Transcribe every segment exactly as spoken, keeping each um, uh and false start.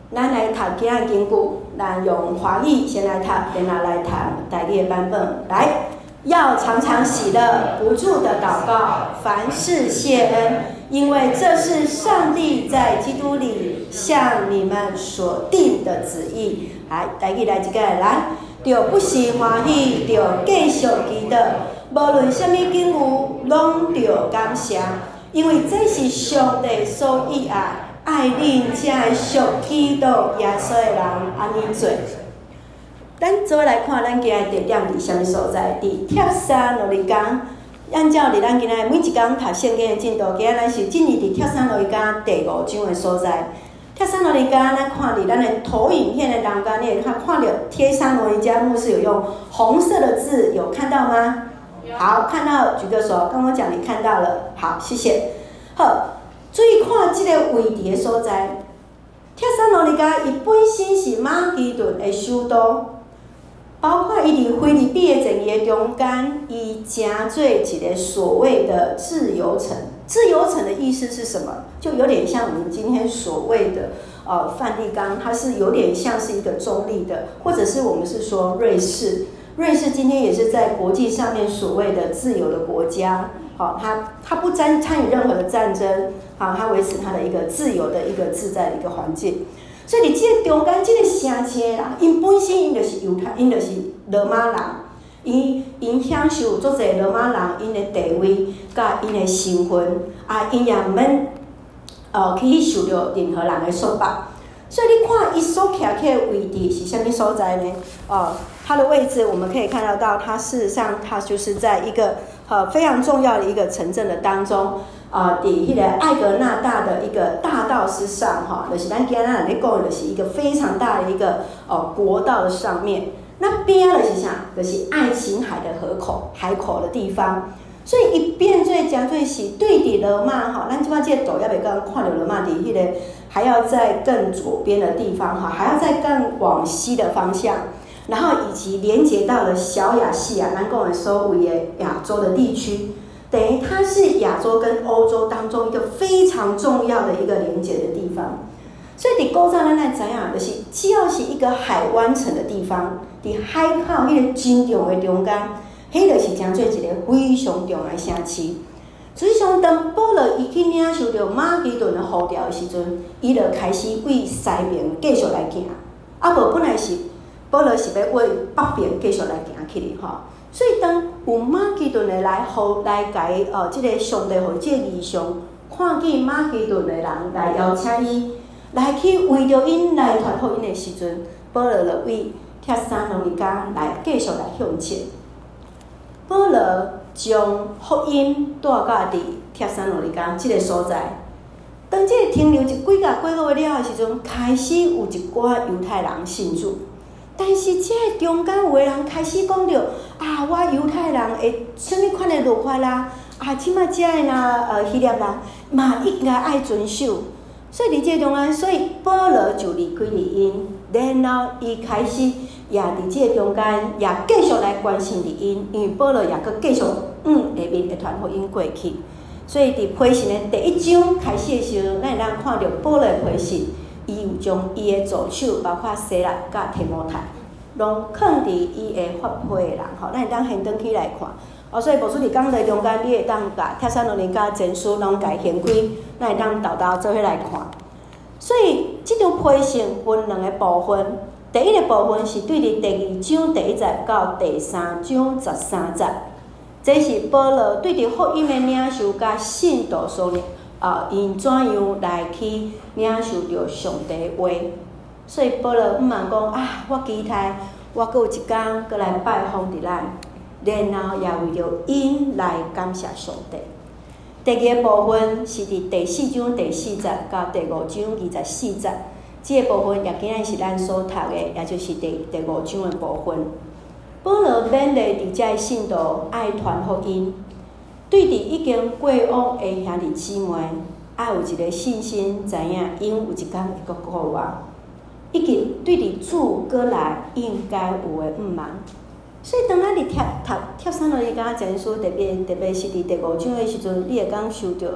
咱来读今仔经句，咱用华语先来读，然后来读台语的版本。来，要常常喜乐，不住的祷告，凡事谢恩，因为这是上帝在基督里向你们所定的旨意。来，台语来一个来，就不时欢喜，就继续祈祷，无论什么境遇，拢着感谢，因为这是上帝所喜爱。爱恁才会属基督耶稣的人安尼做。咱做来看，咱今日地点伫什么所在？伫帖撒罗尼迦。按照伫咱今日每一天读圣经的进度，今日咱是进入伫帖撒罗尼迦第五章的所在。帖撒罗尼迦，咱看伫咱的投影片的当中，你会看看到帖撒罗尼迦牧师有用红色的字，有看到吗？好，看到举个手，跟我讲你看到了。好，谢谢。好。注意看这个位置的所在，帖撒罗尼迦伊本身是马其顿的首都，包括伊伫菲律宾的整个中间，伊成做一个所谓的自由城。自由城的意思是什么？就有点像我们今天所谓的呃梵蒂冈，它是有点像是一个中立的，或者是我们是说瑞士。瑞士今天也是在国际上面所谓的自由的国家。好，他他不参参与任何的战争，好，他维持他的一个自由的一个自在的一个环境。所以，你这个中间这个城市的人，因本身因就是犹太，因就是罗马人，因因享受足侪罗马人因的地位，甲因的身份，啊，因也免呃去受到任何人的束缚。所以你看，伊所徛起的位置是什么所在呢？哦，它的位置我们可以看得到，它事实上它就是在一个呃非常重要的一个城镇的当中，啊、呃，伫迄个艾格纳大的一个大道之上，哈、哦，就是咱今仔日咧讲的是一个非常大的一个呃国道的上面。那边的是啥？就是爱琴海的河口海口的地方。所以一变做真做是对伫罗马哈，咱即摆这个图也袂刚看到罗马伫迄个还要在更左边的地方哈，还要再更往西的方向，然后以及连接到了小亚细亚，咱讲的所谓的亚洲的地区，等于它是亚洲跟欧洲当中一个非常重要的一个连接的地方。所以伫古早咱来知影，就是只要是一个海湾城的地方，伫海口迄个真重的中间。迄就是真做一个非常重要的城市。所以像当保罗伊去领受到马其顿的呼召的时阵，伊就开始为西边继续来行。啊，无本来是保罗是要为北边继续来行起哩吼。所以当有马其顿的来呼来甲伊哦，即、这个上帝互即个异象，看见马其顿的人来邀请伊来去为着因来传福音的时阵，保罗就为帖撒罗尼迦来继续来向前。保罗将福音带到伫帖撒罗尼迦即个所在，当即个停留一几个几个月了的时阵，开始有一寡犹太人信主，但是即个中间有个人开始讲着啊，我犹太人会什么款的律法啦，啊，即摆即个呐呃希腊人嘛应该爱遵守，所以伫即个中间，所以保罗就离开了因，然后伊开始。也伫即个中间，也继续来关心伫因，因为保罗也阁继续嗯下面会传福音过去，所以伫批信的第一章开始的时候，咱会当看到保罗的批信，伊有将伊的助手，包括西拉甲提摩太，拢放伫伊的发批的人，吼，咱会当现转起来看。哦，所以无论伫讲题中间，你会当甲帖撒罗尼迦前书拢家献开，咱会当豆豆做伙来看。所以即张批信分两个部分。第一个部分是对伫第二章第一节到第三章十三节，这是保罗对伫福音的领受甲信徒所啊，因怎样来去领受着上帝的话。所以保罗毋茫讲啊，我期待我阁有一天阁来拜访伫咱，然后也为着因来感谢上帝。第二个部分是伫第四章第四节到第五章二十四节。这个部分也今日是咱所读的，也就是第第五章的部分。保罗勉励伫遮的信徒爱传福音，对伫已经过往的兄弟姊妹，爱有一个信心，知影因有一天会阁过我。以及对伫主过来应该有的毋茫。所以当咱伫读读帖撒罗尼迦前书，特别特别是伫第五章的时阵，你会感受到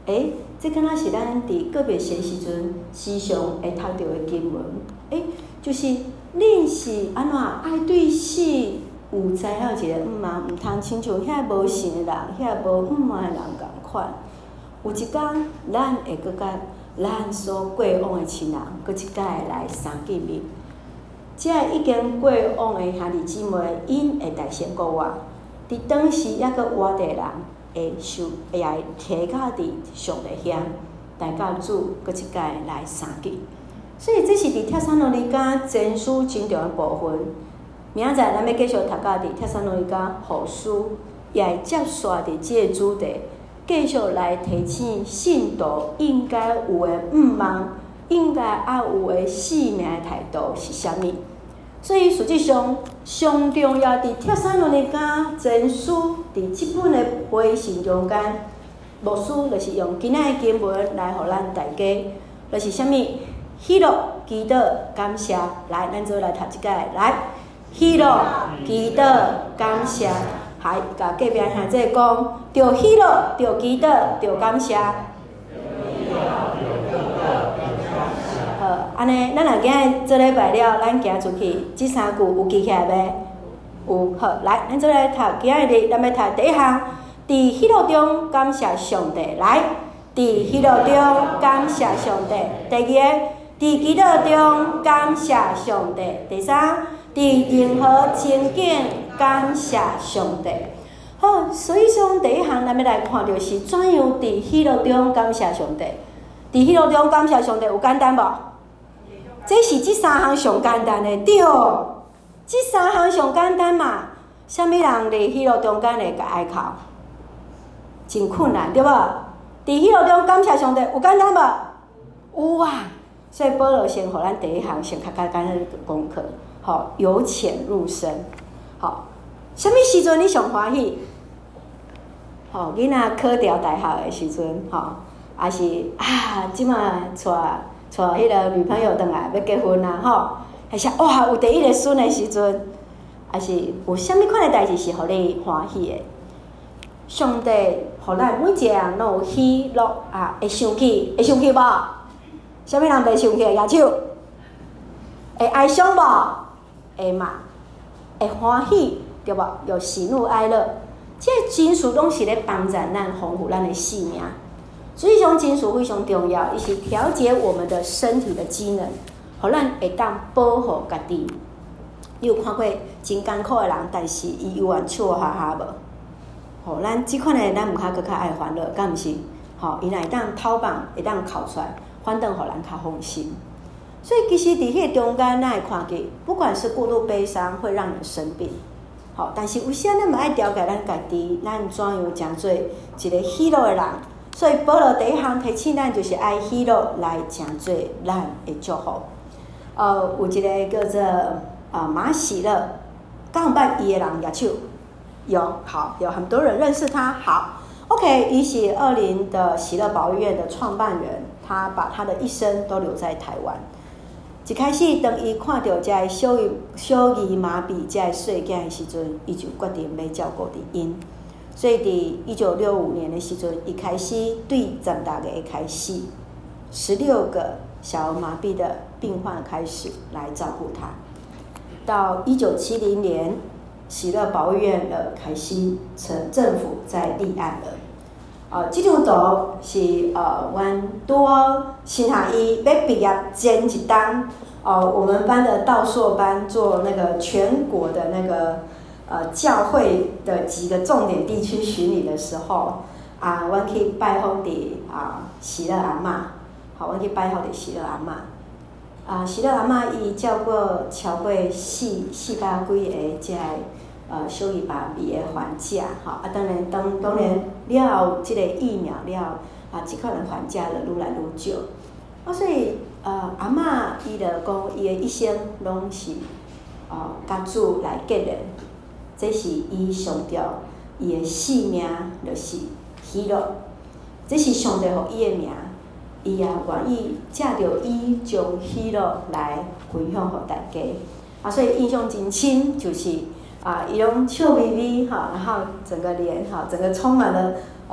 诶，这敢若是咱伫个别学时阵时常会读到的经文。诶，就是恁是安怎爱对死有知影一个毋嘛，毋通亲像遐无信的人、遐无毋嘛的人共款。有一天，咱会搁甲咱所过往的亲人，搁一届来相见面。即个已经过往的兄弟姊妹，因会来先过我，伫当时抑搁活着人会受会来提到伫上帝遐，大家主搁一届来相见。所以这是伫帖撒罗尼迦前书真重要部分。明仔载咱要继续读到伫帖撒罗尼迦后书，也会接续伫即个主题，继续来提醒信徒应该有的毋忘。应该爱有的生命的态度是啥物？所以实际上上重要伫帖撒罗尼迦前书伫即本的回信中间，牧师就是用今仔的经文来互咱大家，就是啥物？喜乐、祈祷、感谢。来，咱做来读一届，来，喜乐、祈祷、感谢。还甲隔壁兄弟讲，着喜乐，着祈祷，着感谢。好，安尼，咱若今日做礼拜了，咱行出去，即三句有记起来袂？有。好，来，咱做来读今日咱要读第一项，伫喜乐中感谢上帝。来，伫喜乐中感谢上帝。第二个，伫祈祷中感谢上帝。第三，伫任何情景感谢上帝。好，所以说第一项咱要来看到是怎样伫喜乐中感谢上帝。伫喜乐中感谢上帝有简单无？这是这三项上简单的，对。这三项上简单嘛，啥物人伫喜乐中间会甲哀哭？真困难，对无？伫喜乐中感谢上帝有简单无？有啊。所以保罗先互咱第一项先较简单的功课，吼，由浅入深。吼，啥物时阵你上欢喜？吼，囡仔考调大学的时阵，吼，还是啊，即马带带迄个女朋友转来要结婚啊，吼，还是哇有第一个孙的时阵，还是有啥物款的代志是互你欢喜的？上帝互咱每一个人拢有喜乐啊，会生气，会生气无？啥物人袂生气？举手。会哀伤无？会嘛？会欢喜，对无？有喜怒哀乐，这个情绪拢是咧帮助咱丰富咱的生命。所以种情绪非常重要，伊是调节我们的身体的机能，互咱会当保护家己。你有看过真艰苦的人，但是伊永远笑哈哈无？吼，咱即款的咱毋较搁较爱欢乐，敢毋是？吼，伊若会当讨棒，会当哭出来，反倒互咱较放心。所以其实伫迄个中间，咱会看见，不管是过度悲伤，会让人生病。好，但是有时咱嘛爱调节咱家己，咱怎样讲做一个喜乐的人？所以保罗第一项提醒咱，就是爱喜乐来讲做咱的祝福。呃，有一个叫做啊马喜乐，敢有捌伊的人举手？有，好，有很多人认识他。好 ，OK， 伊是二零的喜乐保育院的创办人，他把他的一生都留在台湾。一开始，当伊看到这个小儿小儿麻痹这个细囝的时阵，伊就决定要照顾伫因。所以，伫一九六五年的时阵，伊开始对十大个开始，十六个小儿麻痹的病患开始来照顾他。到一九七零年，喜乐保育院的开始，成政府在立案了。呃，这张图是呃，阮拄好新下一要毕业前一档，呃，我们班的道硕班做那个全国的那个呃教会的几个重点地区巡礼的时候，啊，阮去拜访伫啊喜乐阿嬷，好，阮去拜访伫喜乐阿嬷。啊，喜乐阿嬷伊照过超过四四百几个即个。呃，小儿麻痹的患者，吼啊，当然当当然了后，即个疫苗了后，啊，即款的患者就愈来愈少。啊，所以呃，阿嬷伊就讲，伊的一生拢是呃，甲主来结连，这是伊上吊，伊的性命就是喜乐，这是上帝互伊的名，伊也愿意借着伊将喜乐来分享互大家。啊，所以印象真深，就是。啊，伊拢笑眯眯哈，然后整个脸哈，整个充满了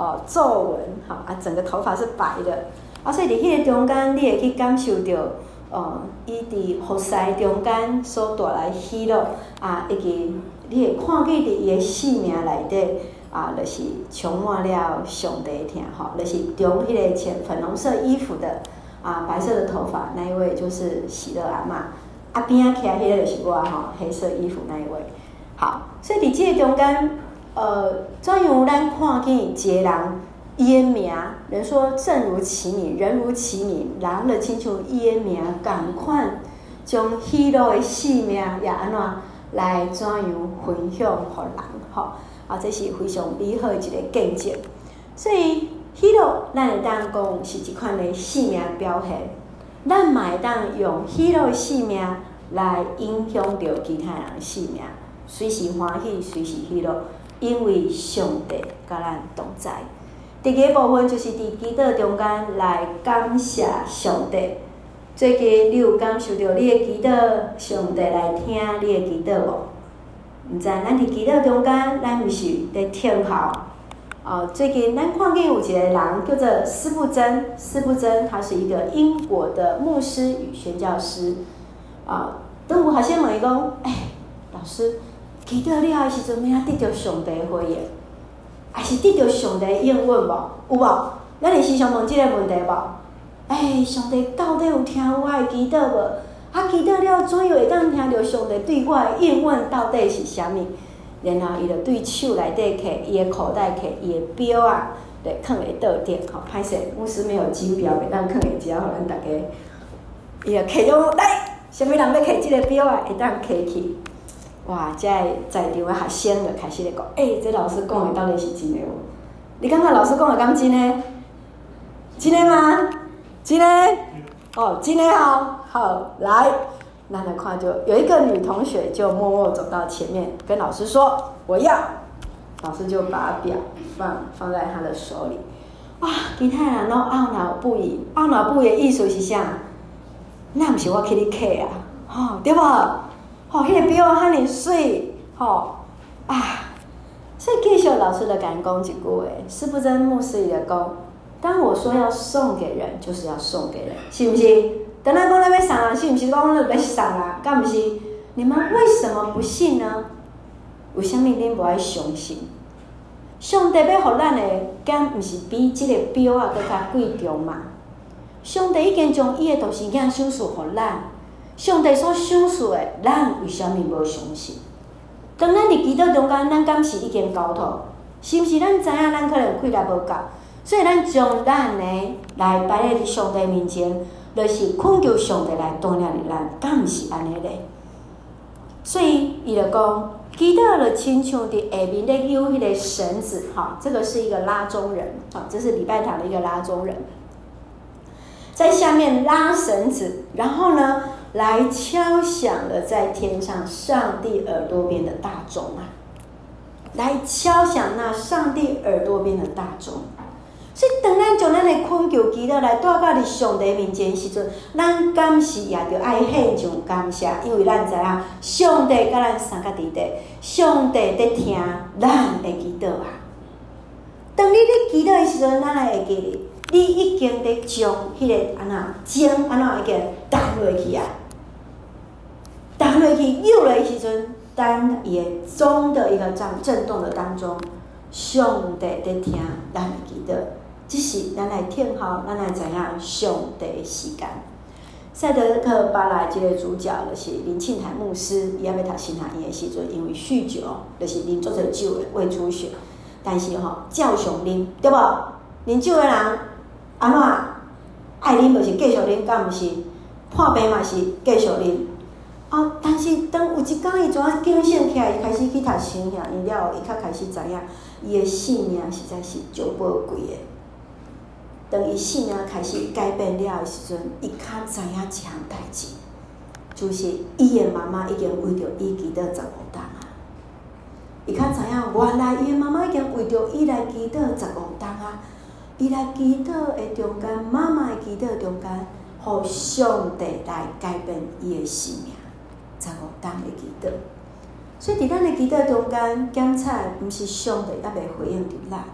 哦皱纹，好啊，整个头发是白的，啊，所以伫迄个中间，你会去感受到，哦，伊伫佛寺中间所带来喜乐啊，以及你会看见伫伊的生命内底啊，就是充满了上帝疼，吼，就是中迄个穿粉红色衣服的啊，白色的头发那一位就是喜乐阿嬷，啊边仔徛迄个就是我吼，黑色衣服那一位。好，所以伫即个中间，呃，怎样咱看见一个人？伊的名，人说正如其名，人如其名，人就亲像伊的名同款，将喜乐的生命也安怎来怎样分享互人，吼啊，这是非常美好的一个见证。所以喜乐，咱会当讲是一款的生命表现，咱嘛会当用喜乐的生命来影响到其他人的生命，随时欢喜，随时喜乐，因为上帝甲咱同在。第二个部分就是伫祈祷中间来感谢上帝。最近你有感受到你的祈祷，上帝来听你的祈祷无？毋知咱伫祈祷中间，咱毋是咧听候？哦，最近咱看见有一个人叫做司布真，司布真他是一个英国的牧师与宣教师。啊，当有学生问伊讲，哎，老师，祈祷了的时阵，要得到上帝的回应？还是得到上帝应允无？有无？咱会时常问即个问题无？哎，上帝到底有听我的祈祷无？啊，祈祷了怎样会当听到上帝对我的应允到底是啥物？然后伊就对手内底摕伊的口袋摕伊的表啊，来放在桌顶。吼，歹势，牧师没有金表，袂当放在遮，互咱大家。伊就摕咗来，啥物人要摕即个表啊？会当摕去。哇！遮个在场的学生就开始咧讲，诶、欸，这老师讲的到底是真的无？你感觉老师讲的敢真的？真的吗？真的？哦，真的哦。好，来，那来看就有一个女同学就默默走到前面，跟老师说：“我要。”老师就把表放放在她的手里。哇！其他人都懊恼不已，懊恼不已的意思是啥？那不是我去你客啊，吼、哦，对无？吼，迄个表啊，遐尼水，吼啊！所以继续老师的感讲一句话，司布真牧师也讲：当我说要送给人，就是要送给人，是不是？等咱讲咱要送人，是不是讲咱要送啊？敢不是？你们为什么不信呢？为什么恁无爱相信？上帝要互咱的，敢不是比这个表啊更加贵重嘛？上帝已经将伊的大事件赏赐互咱。上帝所赏赐的，咱为什么无相信？当咱伫祈祷中间，咱敢是已经交托？是毋是咱知影咱可能气力无够，所以咱将咱的来摆在上帝面前，就是恳求上帝来带领咱，敢毋是安尼咧？所以伊就讲，祈祷就亲像伫下面咧揪迄个绳子，哈，这个是一个拉中人，哈，这是礼拜堂的一个拉中人，在下面拉绳子，然后呢？来敲响了在天上上帝耳朵边的大钟啊！来敲响那上帝耳朵边的大钟。所以当咱将咱的恳求祈祷来带到伫上帝面前的时阵，咱敢是也着爱献上感谢，因为咱知影上帝甲咱三角伫地，上帝在听咱的祈祷啊。当你咧祈祷的时阵，咱来会记哩，你已经咧将迄个安那钟安那已经弹落去啊！弹落去，扭了的时阵，咱伊的钟的一个震动的当中，上帝在听咱的祈祷，只是咱来听候，咱来知影上帝的时间。赛德克巴莱这个主角就是林庆台牧师，伊要要读神学院的时阵，因为酗酒，就是啉足侪酒的胃出血，但是吼照常啉，对无？啉酒的人安怎爱啉就是继续啉，敢毋是？破病嘛是继续啉。哦，但是当有一天伊怎啊警醒起来，伊开始去读神学院了后，伊较开始知影，伊的性命实在是足宝贵的。当伊性命开始改变了的时阵，伊较知影一项代志，就是伊的妈妈已经为着伊祈祷十五冬啊。伊较知影，原来伊的妈妈已经为着伊来祈祷十五冬啊。伊来祈祷的中间，妈妈的祈祷中间，互上帝来改变伊的生命。十五冬的祈祷，所以伫咱的祈祷中间，检查毋是上帝还袂回应着咱，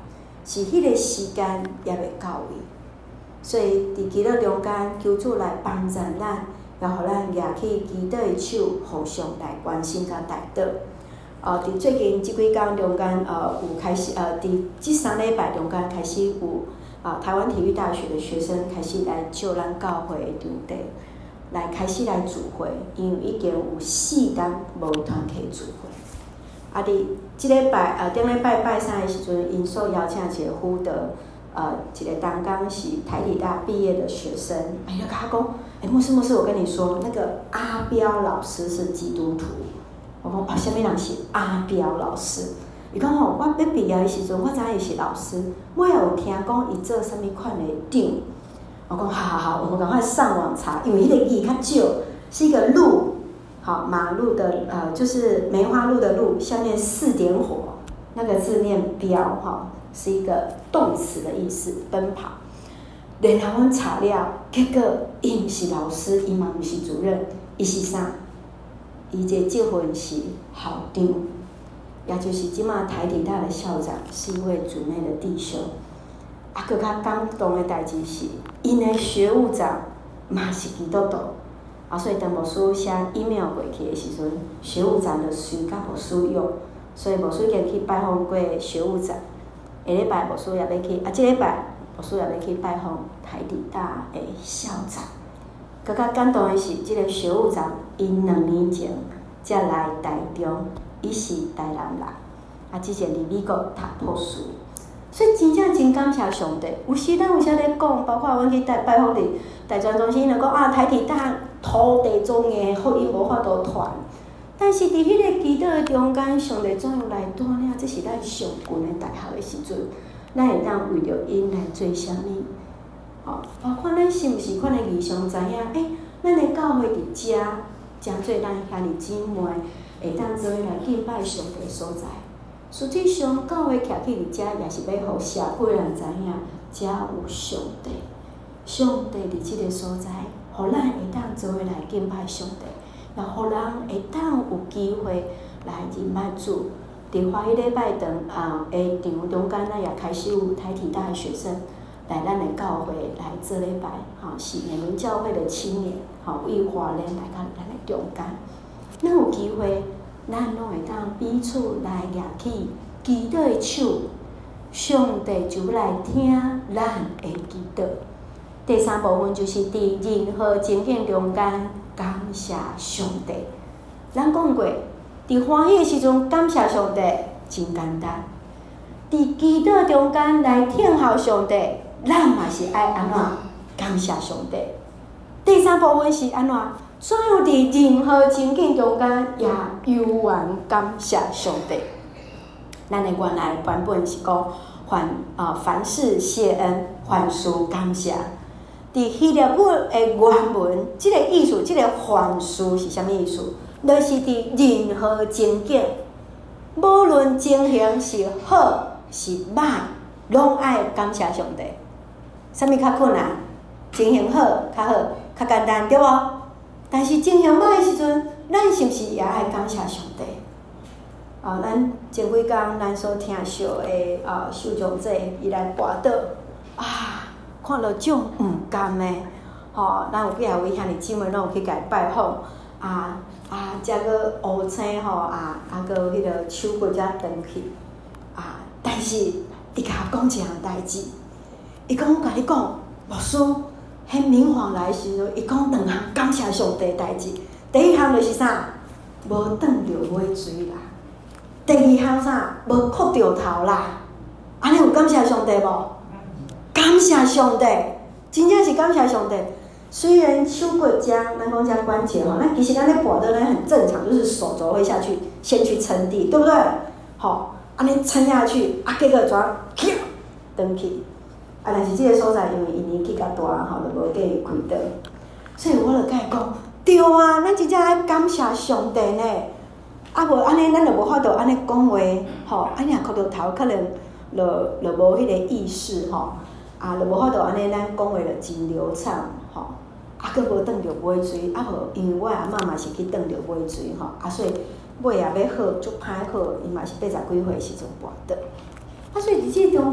是迄个时间也袂到位。所以伫基督中间，求主来帮助咱，也互咱举起基督的手，互相来关心甲带导。呃，伫最近即几工中间，呃，有开始呃，伫即三礼拜中间开始有啊、呃，台湾体育大学的学生开始来借咱教会的场地，来开始来聚会，因为已经有四天无团契聚会。啊，伫即礼拜呃，顶礼拜拜三的时阵，因所邀请一个辅导。呃，一个当刚是台体大毕业的学生，哎呀，他讲，哎，牧师牧师，我跟你说，那个阿彪老师是基督徒。我讲啊，什么人是阿彪老师？伊讲吼，我要毕业的时阵，我知伊是老师，我也有听讲伊做什么款的长。我讲好好好，我们赶快上网查，因为迄个字较少，是一个路，好马路的呃，就是梅花鹿的鹿，下面四点火，那个字念彪哈。是一个动词的意思，奔跑。然后阮查了，结果伊是老师，伊嘛毋是主任，伊是啥？伊这结婚是校长，也就是即马台体大的校长，是一位主内的弟兄。啊，更较感动的代志是，因的学务长嘛是基督徒，啊，所以当牧师写 email 过去的时阵，学务长就随甲牧师用，所以牧师今去拜访过学务长。下礼拜牧师也要去，啊，即礼拜牧师也要去拜访台体大的校长。更较感动的是，即、这个学务长因两年前才来台中，伊是台南人，啊，之前伫美国读博士，所以真正真感谢上帝。有时咱有啥咧讲，包括阮去台拜访伫台专中心，就讲啊，台体大土地中的福音无法度传。但是伫迄个基督的中间，上帝怎样来带领？这是咱上近的大学的时阵，咱会当为着因来做啥物？吼，包括咱是毋是款的异常知影？诶、欸，咱的教会伫遮，诚侪咱兄弟姊妹会当做来敬拜上帝的所在。实际上，教会徛起伫遮，也是要互社会人知影，遮有上帝。上帝伫即个所在，互咱会当做来敬拜上帝。也互人会当有机会来认捌主。伫欢喜礼拜堂啊的场中间，咱也开始有台体大的学生来咱的教会来做礼拜，吼，是美伦教会的青年，吼，为华人来到咱的中间。咱有机会，咱拢会当彼此来举起基督的手，上帝就要来听咱的基督。第三部分就是伫任何情景中间。感谢上帝，咱讲过，伫欢喜的时阵感谢上帝真简单。伫基督中间来听候上帝，咱嘛是爱安怎感谢上帝。第三部分是安怎？怎样伫任何情景中间也悠然感谢上帝？咱的原来版本是讲凡啊凡事谢恩，凡事感谢。伫希腊文的原文，即、这个意思，即、这个凡事是啥物意思？就是伫任何情景，无论情形是好是歹，拢爱感谢上帝。啥物较困难？情形好较好，较简单对无？但是情形歹的时阵，咱是毋是也爱感谢上帝？啊，咱前几工咱所听到的啊，受奖者伊来跋倒啊。看到种毋甘的，吼，咱有几啊位兄弟姊妹拢有去甲伊拜访，啊啊，才个乌青吼，啊啊个迄个手骨才断去，啊，但是伊甲我讲一项代志，伊讲我甲你讲，牧师，迄冥王来时阵，伊讲两项感谢上帝代志，第一项就是啥？无撞着尾水啦，第二项啥？无磕着头啦，安尼有感谢上帝无？感谢上帝，真正是感谢上帝。虽然手骨僵，咱讲这关节吼，那其实咱咧跋倒，咱很正常，就是手肘会下去，先去撑地，对不对？吼，安尼撑下去，啊，结果怎样？啪，断去。啊，但是这个所在因为伊年纪较大，吼，就无计开刀。所以我就甲伊讲，对啊，咱真正爱感谢上帝呢。啊，无安尼，咱就无法度安尼讲话，吼，安尼也磕着头，可能就就无迄个意识，吼。啊，就无法度安尼，咱讲话就真流畅，吼。啊，佫无撞着尾椎，啊无，因为我阿嬷嘛是去撞着尾椎，吼。啊，所以尾也要好，足歹好，伊嘛是八十几岁时阵跋倒。啊，所以伫即中间，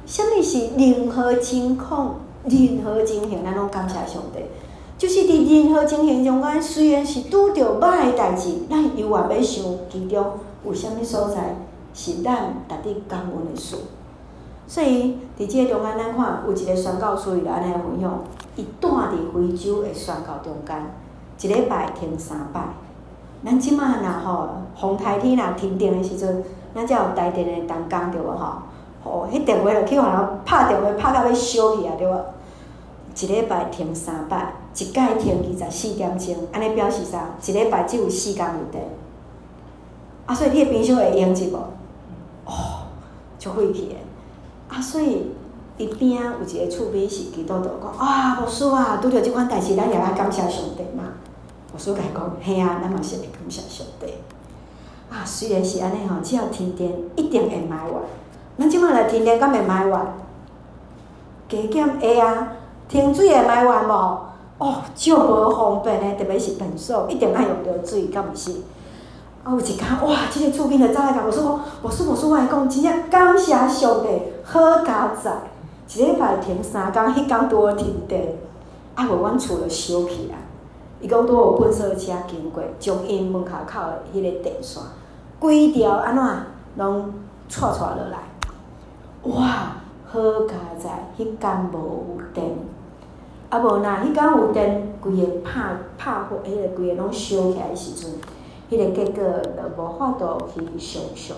什么是任何情况、任何情形，咱拢感谢上帝。就是伫任何情形中间，虽然是拄着歹诶代志，咱犹原要想其中有啥物所在是咱值得感恩诶事。所以伫即个中间，咱看有一个宣教师伊安尼分享，伊住伫非洲诶宣教中间，一礼拜停三摆。咱即马若吼风台天若停电诶时阵，咱才有台电诶动工对无吼？吼，迄电话就去互人拍电话拍到要烧去啊对无？一礼拜停三摆，一摆停二十四点钟，安尼表示啥？一礼拜只有四工有电。啊，所以你诶冰箱会用是无？哦，就废去诶。啊，所以伊边仔有一个厝边是基督徒讲啊，牧师啊，拄着即款代志，咱也来感谢上帝嘛。牧师甲伊讲，嘿啊，咱嘛是会感谢上帝。啊，虽然是安尼吼，只要停电，一定会买完。咱即摆来停电，敢会买完？加减会啊，停水会买完无？哦，足无方便诶，特别是便所，一定爱用着水，敢毋是？啊，有一天，哇！即、这个厝边就走来甲我说：“牧师，牧师，我来讲，真正感谢上帝，好佳哉！一礼拜停三工，迄工拄好停电，啊，无阮厝就烧去啊。伊讲拄好有喷射车经过，将因门口口的迄个电线，规条安怎拢扯扯落来。哇！好佳哉！迄工无有电，啊无若迄工有电，规个拍拍火，迄个规个拢烧起来的时阵。”迄个结果就无法度去想象。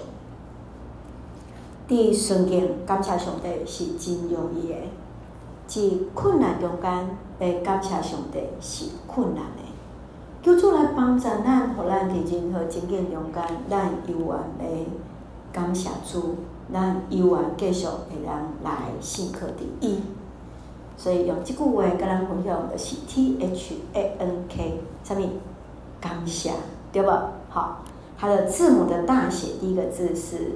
伫顺境感谢上帝是真容易诶，伫困难中间来感谢上帝是困难诶。求主来帮助咱，互咱伫任何情境中间，咱犹原来感谢主，咱犹原继续会人来信靠伫伊。所以用即句话甲咱分享，就是 T H A N K， 啥物？感谢。对不？好，它的字母的大写，第一个字是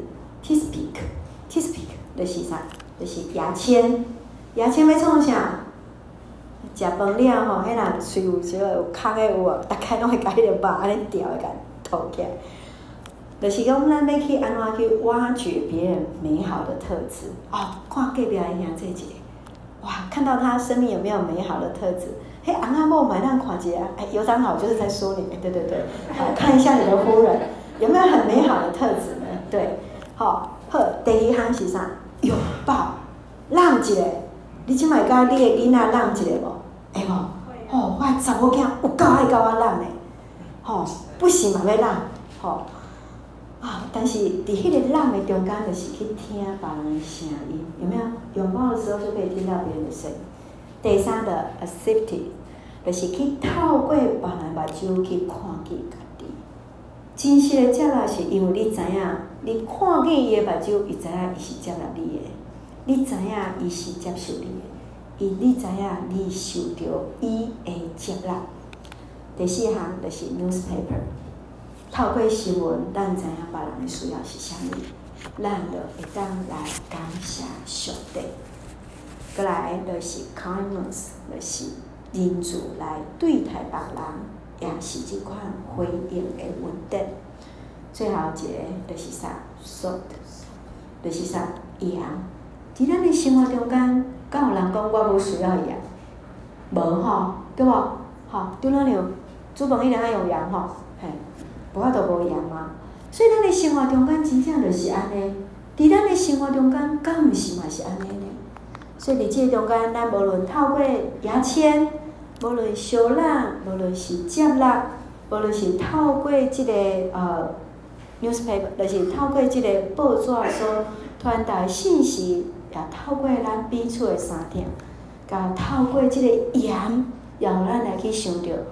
T-speak，T-speak 就是啥？就是牙签。牙签要创啥？食饭了吼，迄人喙有时有空的有啊，大概拢会甲迄个肉安尼调，会甲吐起来。就是讲咱要去安怎去挖掘别人美好的特质哦，看隔壁的兄这一个，哇，看到他生命有没有美好的特质？嘿，昂阿莫买让看一下，哎，有长好就是在说你，哎，对对对，好，看一下你的夫人有没有很美好的特质呢？对，好，好，第二项是啥？拥抱，让一个，你即摆甲你的囡仔让一个无？会无？吼，我查某囝有够爱甲我让的，吼，不是嘛要让，吼，啊，但是伫迄个让的中间，就是去听别人的声音，有没有？拥抱的时候就可以听到别人的声音。第三个 accepting， 就是去透过别人目睭去看见家己。真实的接纳是因为你知影，你看见伊的目睭，伊知影伊是接纳你的；你知影伊是接受你的，伊你知影你受到伊的接纳。第四项就是 newspaper， 透过新闻，咱知影别人的需要是啥物，咱就会当来感谢上帝。过来就是 kindness， 就是仁慈来对待别人，也是即款回应的稳定。最后一个就是啥 ，salt， 就是啥盐。伫咱的生活中间，敢有人讲我无需要盐？无吼，对无？吼，对咱有煮饭一定爱用盐吼，嘿，无法度无盐嘛。所以咱的生活中间真正就是安尼。伫咱的生活中间，敢毋是嘛是安尼呢？所以伫即个中间，咱无论透过牙签，无论相让，无论是接纳，无论是透过即个呃 newspaper， 就是透过即个报纸所传达信息，也透过咱彼此的相听，甲透过即个盐，让咱来去想到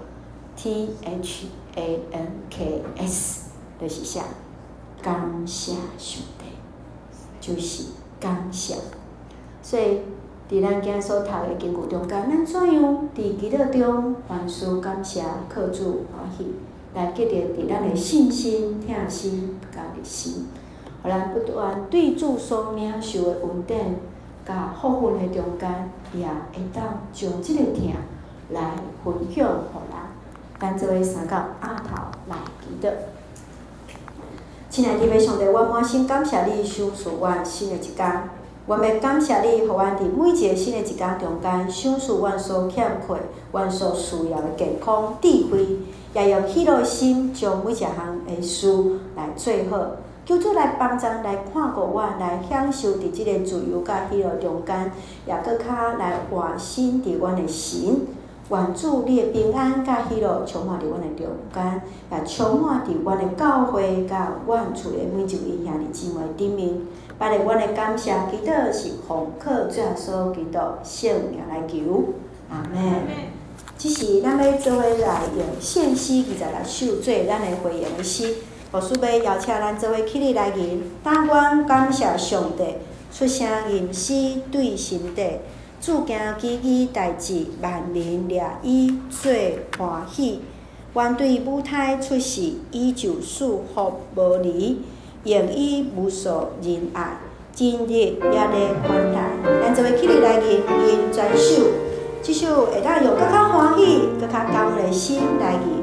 T H A N K S， 就是啥？感谢上帝，就是感谢。所以伫咱今仔所读的经句中间，咱怎样伫基督中凡事感谢，靠主欢喜，来结着伫咱的信心、疼心、甲热心，互咱不断对主所领受的恩典，甲福分的中间，也会当将即个疼来分享互人。咱做伙三到阿头来祈祷。亲爱的弟兄上帝，我满心感谢你赏赐阮新的一天。 阮要感谢你，互阮伫每一个新的一天中间，赏赐阮所欠缺、阮所需要的健康、智慧，也用喜乐的心，将每一项的事来做好。求主来帮助，来看顾我，来享受伫即个自由甲喜乐中间，也搁较来活心伫阮的神。愿主你的平安甲喜乐充满伫阮的中间，也充满伫阮的教会甲阮厝的每一位兄弟姊妹顶面。拜咧，阮的感谢祈祷是奉靠主耶稣基督圣名来求，阿门。即是咱要做伙来用献诗二十六首做咱的回应的诗。牧师要邀请咱做伙起立来吟，但愿感谢上帝，出声吟诗对神地，主行奇异代志，万民掠伊做欢喜。愿对舞台出世，伊就赐福无离，用伊无数仁爱，今日也来款待。咱做伙起立来吟吟全首，即首会当用更较欢喜、更较感恩的心来吟。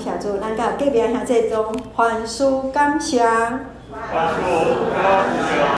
这种凡事感谢。